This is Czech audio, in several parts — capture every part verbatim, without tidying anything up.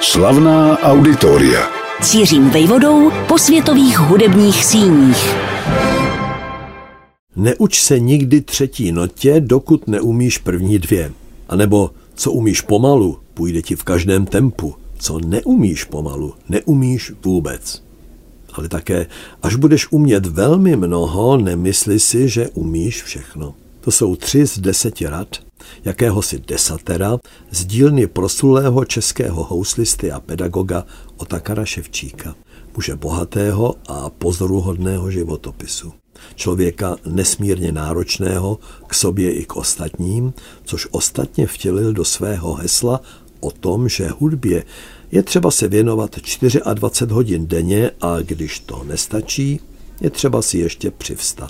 Slavná auditoria. Cířím vejvodou po světových hudebních síních. Neuč se nikdy třetí notě, dokud neumíš první dvě. A nebo co umíš pomalu, půjde ti v každém tempu. Co neumíš pomalu, neumíš vůbec. Ale také, až budeš umět velmi mnoho, nemysli si, že umíš všechno. To jsou tři z deseti rad, jakéhosi desatera, z dílny proslulého českého houslisty a pedagoga Otakara Ševčíka, muže bohatého a pozoruhodného životopisu. Člověka nesmírně náročného k sobě i k ostatním, což ostatně vtělil do svého hesla o tom, že hudbě je třeba se věnovat dvacet čtyři hodin denně a když to nestačí, je třeba si ještě přivstat.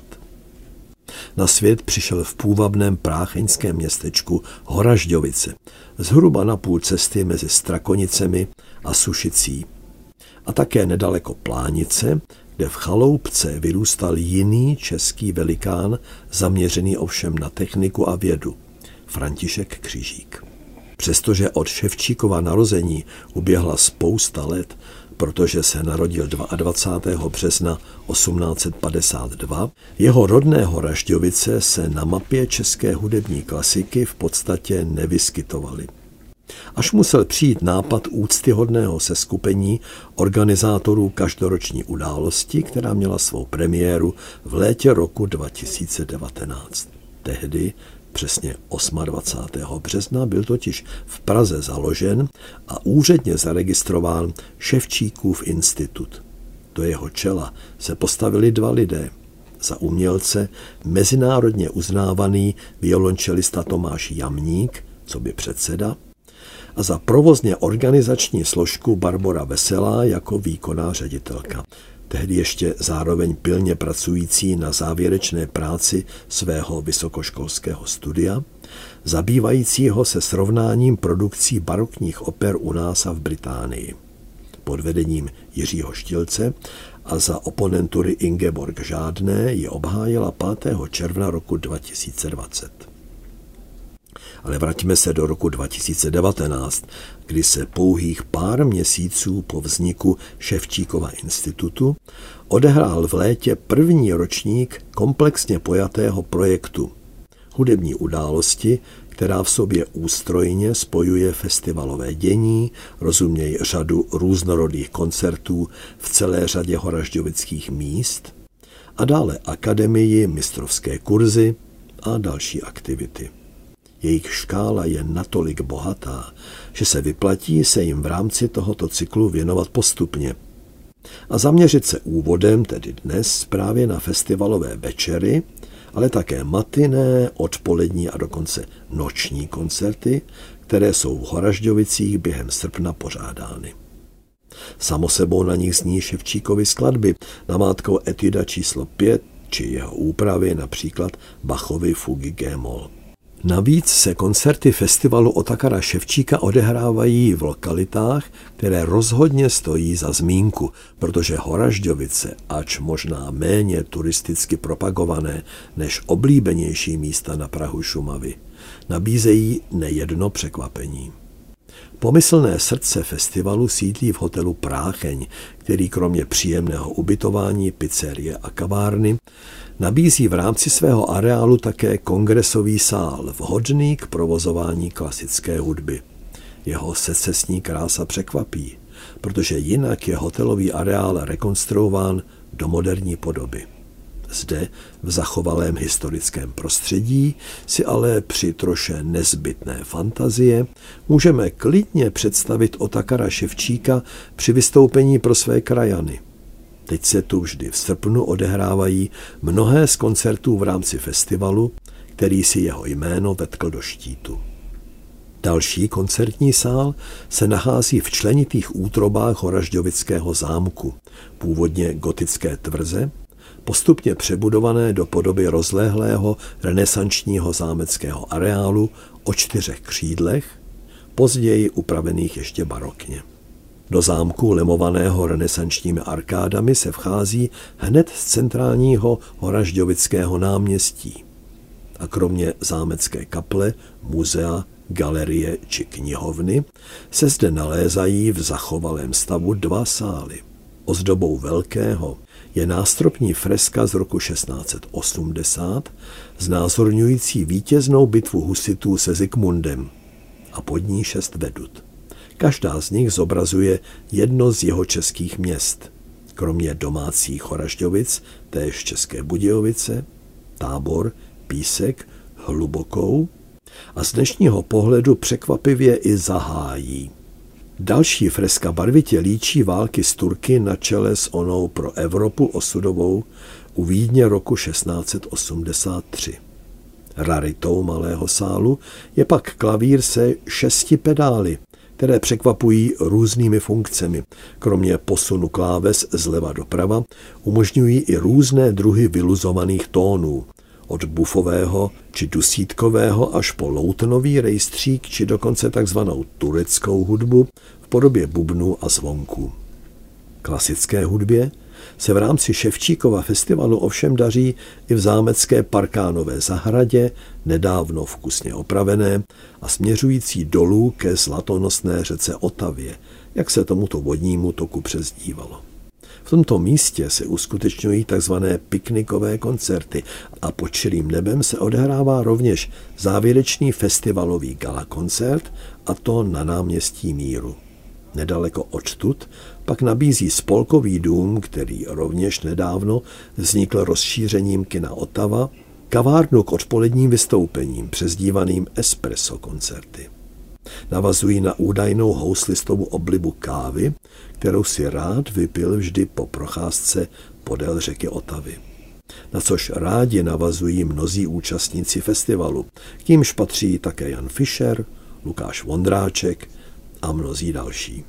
Na svět přišel v půvabném prácheňském městečku Horažďovice, zhruba na půl cesty mezi Strakonicemi a Sušicí. A také nedaleko Plánice, kde v chaloupce vyrůstal jiný český velikán, zaměřený ovšem na techniku a vědu, František Křižík. Přestože od Ševčíkova narození uběhla spousta let, protože se narodil dvacátého druhého března osmnáct set padesát dva, jeho rodné Horažďovice se na mapě české hudební klasiky v podstatě nevyskytovaly. Až musel přijít nápad úctyhodného seskupení organizátorů každoroční události, která měla svou premiéru v létě roku dva tisíce devatenáct. Tehdy, přesně dvacátého osmého března, byl totiž v Praze založen a úředně zaregistrován Ševčíkův institut. Do jeho čela se postavili dva lidé. Za umělce mezinárodně uznávaný violončelista Tomáš Jamník, coby předseda, a za provozně organizační složku Barbora Veselá jako výkonná ředitelka. Tehdy ještě zároveň pilně pracující na závěrečné práci svého vysokoškolského studia, zabývajícího se srovnáním produkcí barokních oper u nás a v Británii. Pod vedením Jiřího Štilce a za oponentury Ingeborg Žádné ji obhájila pátého června roku dva tisíce dvacet. Ale vraťme se do roku dva tisíce devatenáct, kdy se pouhých pár měsíců po vzniku Ševčíkova institutu odehrál v létě první ročník komplexně pojatého projektu hudební události, která v sobě ústrojně spojuje festivalové dění, rozuměj řadu různorodých koncertů v celé řadě horažďovických míst a dále akademii, mistrovské kurzy a další aktivity. Jejich škála je natolik bohatá, že se vyplatí se jim v rámci tohoto cyklu věnovat postupně a zaměřit se úvodem, tedy dnes, právě na festivalové večery, ale také matiné, odpolední a dokonce noční koncerty, které jsou v Horažďovicích během srpna pořádány. Samo sebou na nich zní Ševčíkovy skladby, namátkou etuda číslo pět či jeho úpravy, například Bachovy fugy G-moll. Navíc se koncerty festivalu Otakara Ševčíka odehrávají v lokalitách, které rozhodně stojí za zmínku, protože Horažďovice, ač možná méně turisticky propagované než oblíbenější místa na prahu Šumavy, nabízejí nejedno překvapení. Pomyslné srdce festivalu sídlí v hotelu Prácheň, který kromě příjemného ubytování, pizzerie a kavárny nabízí v rámci svého areálu také kongresový sál vhodný k provozování klasické hudby. Jeho secesní krása překvapí, protože jinak je hotelový areál rekonstruován do moderní podoby. Zde, v zachovalém historickém prostředí, si ale při troše nezbytné fantazie můžeme klidně představit Otakara Ševčíka při vystoupení pro své krajany. Teď se tu vždy v srpnu odehrávají mnohé z koncertů v rámci festivalu, který si jeho jméno vetkl do štítu. Další koncertní sál se nachází v členitých útrobách Horažďovického zámku, původně gotické tvrze, postupně přebudované do podoby rozlehlého renesančního zámeckého areálu o čtyřech křídlech, později upravených ještě barokně. Do zámku lemovaného renesančními arkádami se vchází hned z centrálního Horažďovického náměstí. A kromě zámecké kaple, muzea galerie či knihovny, se zde nalézají v zachovalém stavu dva sály. Ozdobou velkého je nástropní freska z roku šestnáct set osmdesát, znázorňující vítěznou bitvu husitů se Zikmundem a pod ní šest vedut. Každá z nich zobrazuje jedno z jeho českých měst, kromě domácích Choražďovic, též České Budějovice, Tábor, Písek, Hlubokou a z dnešního pohledu překvapivě i Zahájí. Další freska barvitě líčí války s Turky na čele s onou pro Evropu osudovou u Vídně roku šestnáct set osmdesát tři. Raritou malého sálu je pak klavír se šesti pedály, které překvapují různými funkcemi. Kromě posunu kláves zleva doprava umožňují i různé druhy vyluzovaných tónů, od bufového či dusítkového až po loutnový rejstřík či dokonce takzvanou tureckou hudbu v podobě bubnů a zvonků. Klasické hudbě se v rámci Ševčíkova festivalu ovšem daří i v zámecké Parkánové zahradě, nedávno vkusně opravené a směřující dolů ke zlatonosné řece Otavě, jak se tomuto vodnímu toku přezdívalo. V tomto místě se uskutečňují tzv. Piknikové koncerty a pod širým nebem se odehrává rovněž závěrečný festivalový galakoncert, a to na náměstí Míru. Nedaleko odtud pak nabízí Spolkový dům, který rovněž nedávno vznikl rozšířením kina Otava, kavárnu k odpoledním vystoupením přezdívaným espresso koncerty. Navazují na údajnou houslistovou oblibu kávy, kterou si rád vypil vždy po procházce podél řeky Otavy. Na což rádi navazují mnozí účastníci festivalu, k nímž patří také Jan Fischer, Lukáš Vondráček a mnozí další.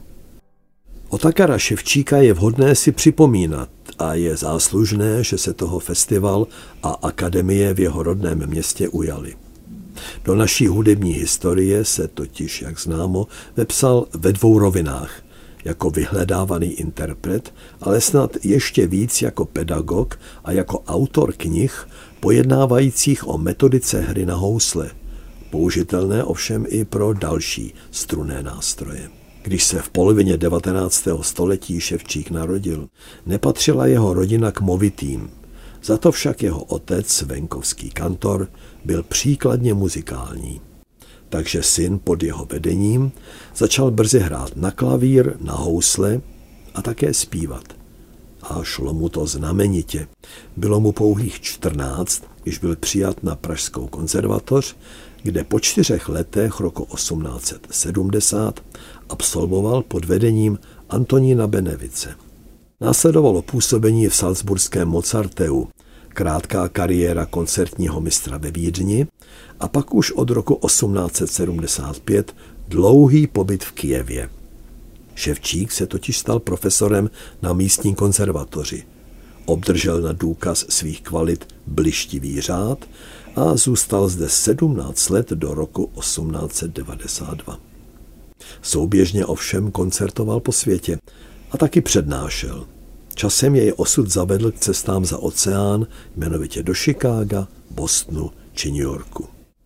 Otakara Ševčíka je vhodné si připomínat a je záslužné, že se toho festival a akademie v jeho rodném městě ujali. Do naší hudební historie se totiž, jak známo, vepsal ve dvou rovinách, jako vyhledávaný interpret, ale snad ještě víc jako pedagog a jako autor knih pojednávajících o metodice hry na housle, použitelné ovšem i pro další strunné nástroje. Když se v polovině devatenáctého století Ševčík narodil, nepatřila jeho rodina k movitým. Za to však jeho otec, venkovský kantor, byl příkladně muzikální. Takže syn pod jeho vedením začal brzy hrát na klavír, na housle a také zpívat. A šlo mu to znamenitě. Bylo mu pouhých čtrnáct, když byl přijat na Pražskou konzervatoř, kde po čtyřech letech roku osmnáct set sedmdesát absolvoval pod vedením Antonína Benevice. Následovalo působení v salzburském Mozarteu, krátká kariéra koncertního mistra ve Vídni a pak už od roku osmnáct set sedmdesát pět dlouhý pobyt v Kyjevě. Ševčík se totiž stal profesorem na místní konzervatoři. Obdržel na důkaz svých kvalit blištivý řád a zůstal zde sedmnáct let do roku osmnáct set devadesát dva. Souběžně ovšem koncertoval po světě a taky přednášel. Časem jej osud zavedl k cestám za oceán, jmenovitě do Chicaga, Bostonu či New Yorku.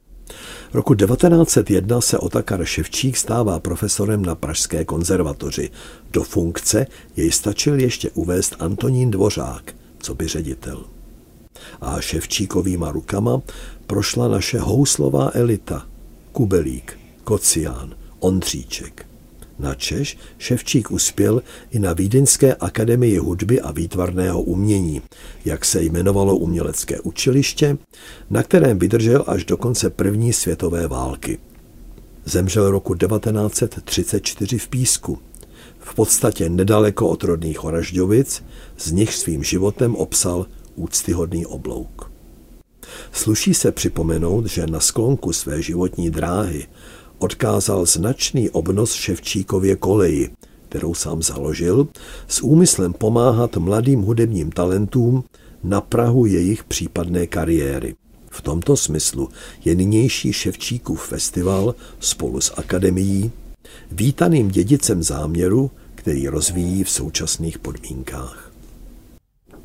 Roku devatenáct set jedna se Otakar Ševčík stává profesorem na Pražské konzervatoři. Do funkce jej stačil ještě uvést Antonín Dvořák, coby ředitel. A Ševčíkovýma rukama prošla naše houslová elita. Kubelík, Kocián, Ondříček. Načež Ševčík uspěl i na Vídeňské akademii hudby a výtvarného umění, jak se jmenovalo umělecké učiliště, na kterém vydržel až do konce první světové války. Zemřel roku devatenáct set třicet čtyři v Písku, v podstatě nedaleko od rodných Choražďovic, z nich svým životem opsal úctyhodný oblouk. Sluší se připomenout, že na sklonku své životní dráhy odkázal značný obnos Ševčíkově koleji, kterou sám založil, s úmyslem pomáhat mladým hudebním talentům na prahu jejich případné kariéry. V tomto smyslu je nynější Ševčíkův festival spolu s akademií vítaným dědicem záměru, který rozvíjí v současných podmínkách.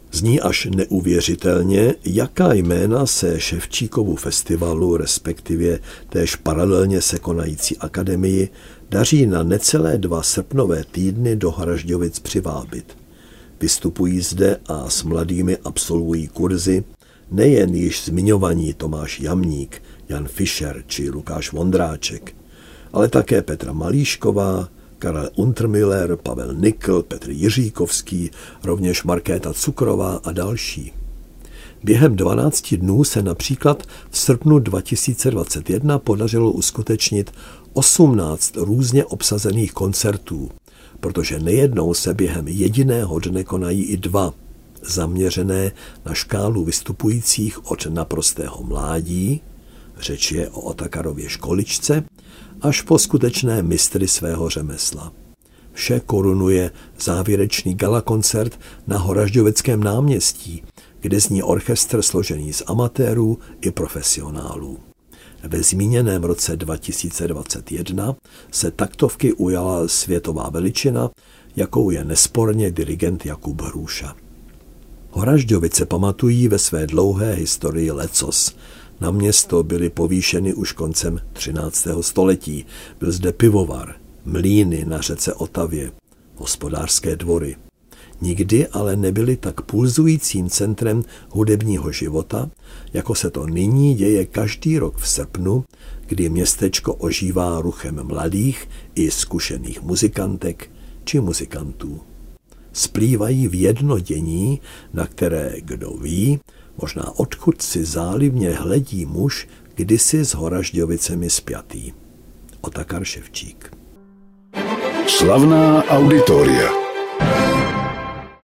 Zní až neuvěřitelně, jaká jména se Ševčíkovu festivalu, respektive též paralelně se konající akademii, daří na necelé dva srpnové týdny do Haražďovic přivábit. Vystupují zde a s mladými absolvují kurzy nejen již zmiňovaní Tomáš Jamník, Jan Fischer či Lukáš Vondráček, ale také Petra Malíšková, Karel Untermüller, Pavel Nikl, Petr Jiříkovský, rovněž Markéta Cukrová a další. Během dvanácti dnů se například v srpnu dva tisíce dvacet jedna podařilo uskutečnit osmnáct různě obsazených koncertů, protože nejednou se během jediného dne konají i dva, zaměřené na škálu vystupujících od naprostého mládí, řeč je o Otakarově školičce, až po skutečné mistry svého řemesla. Vše korunuje závěrečný galakoncert na Horažďoveckém náměstí, kde zní orchestr složený z amatérů i profesionálů. Ve zmíněném roce dva tisíce dvacet jedna se taktovky ujala světová veličina, jakou je nesporně dirigent Jakub Hruša. Horažďovice pamatují ve své dlouhé historii lecos. Na město byly povýšeny už koncem třináctého století. Byl zde pivovar, mlýny na řece Otavě, hospodářské dvory. Nikdy ale nebyly tak pulzujícím centrem hudebního života, jako se to nyní děje každý rok v srpnu, kdy městečko ožívá ruchem mladých i zkušených muzikantek či muzikantů. Splývají v jedno dění, na které, kdo ví, možná odkud si zálibně hledí muž, kdysi s Horažďovicemi spjatý. Otakar Ševčík. Slavná auditoria.